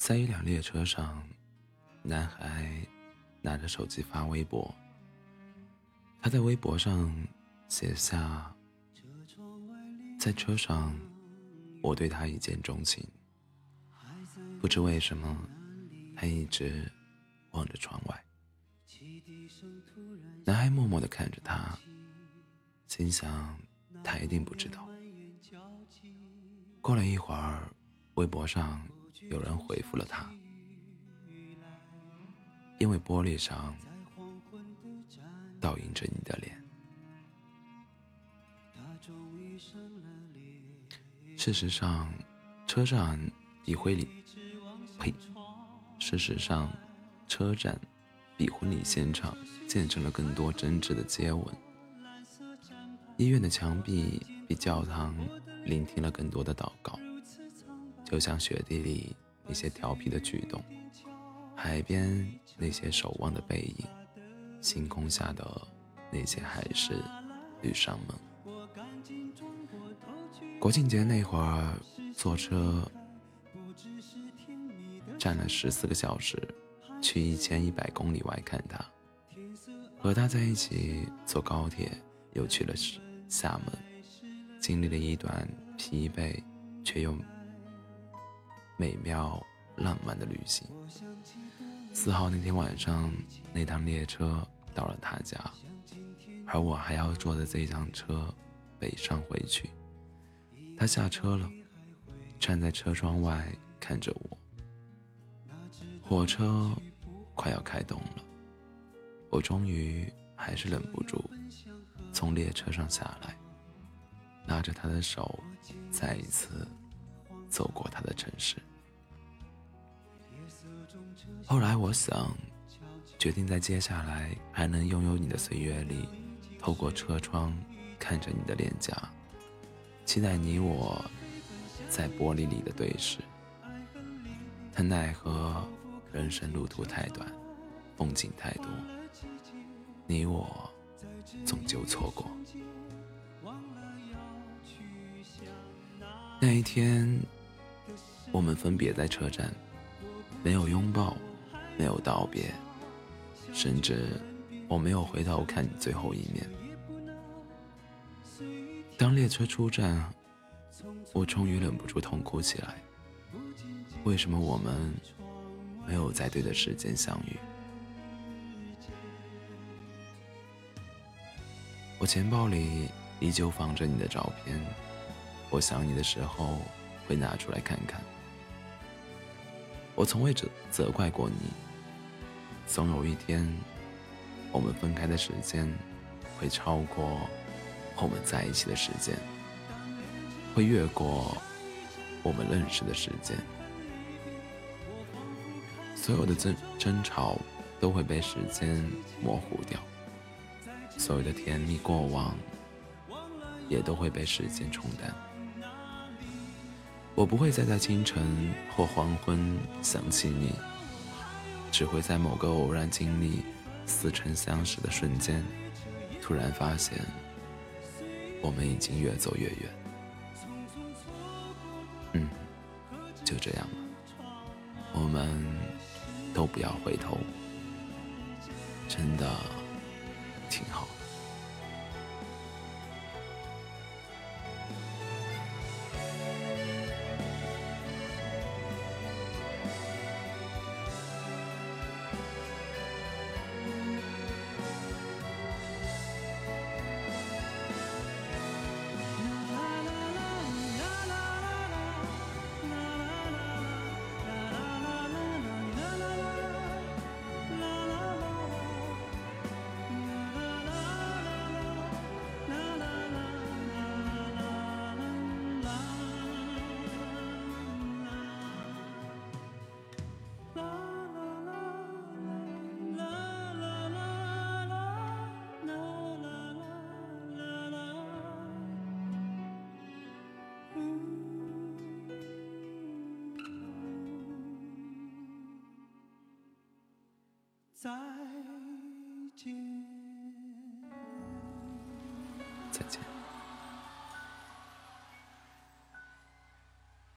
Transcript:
在一辆列车上，男孩拿着手机发微博。他在微博上写下：在车上，我对他一见钟情。不知为什么，他一直望着窗外。男孩默默地看着他，心想他一定不知道。过了一会儿，微博上有人回复了他，因为玻璃上倒映着你的脸。事实上，车站比婚礼，事实上，车站比婚礼现场见证了更多真挚的接吻。医院的墙壁比教堂聆听了更多的祷告。就像雪地里那些调皮的举动，海边那些守望的背影，星空下的那些海市绿上门。国庆节那会儿，坐车站了14个小时，去1100公里外看他。和他在一起坐高铁，又去了厦门，经历了一段疲惫却又美妙浪漫的旅行。4号那天晚上，那趟列车到了他家，而我还要坐着这趟车北上回去。他下车了，站在车窗外看着我。火车快要开动了，我终于还是忍不住从列车上下来，拉着他的手，再一次走过他的城市。后来我想，决定在接下来还能拥有你的岁月里，透过车窗看着你的脸颊，期待你我在玻璃里的对视。但奈何人生路途太短，风景太多，你我终究错过。那一天，我们分别在车站，没有拥抱，没有道别，甚至我没有回头看你最后一面。当列车出站，我终于忍不住痛哭起来。为什么我们没有在对的时间相遇？我钱包里依旧放着你的照片，我想你的时候会拿出来看看。我从未责怪过你，总有一天，我们分开的时间会超过我们在一起的时间，会越过我们认识的时间。所有的争吵都会被时间模糊掉，所有的甜蜜过往也都会被时间冲淡。我不会再在清晨或黄昏想起你，只会在某个偶然经历似曾相识的瞬间，突然发现我们已经越走越远。就这样吧，我们都不要回头，真的挺好。 再见。 再见。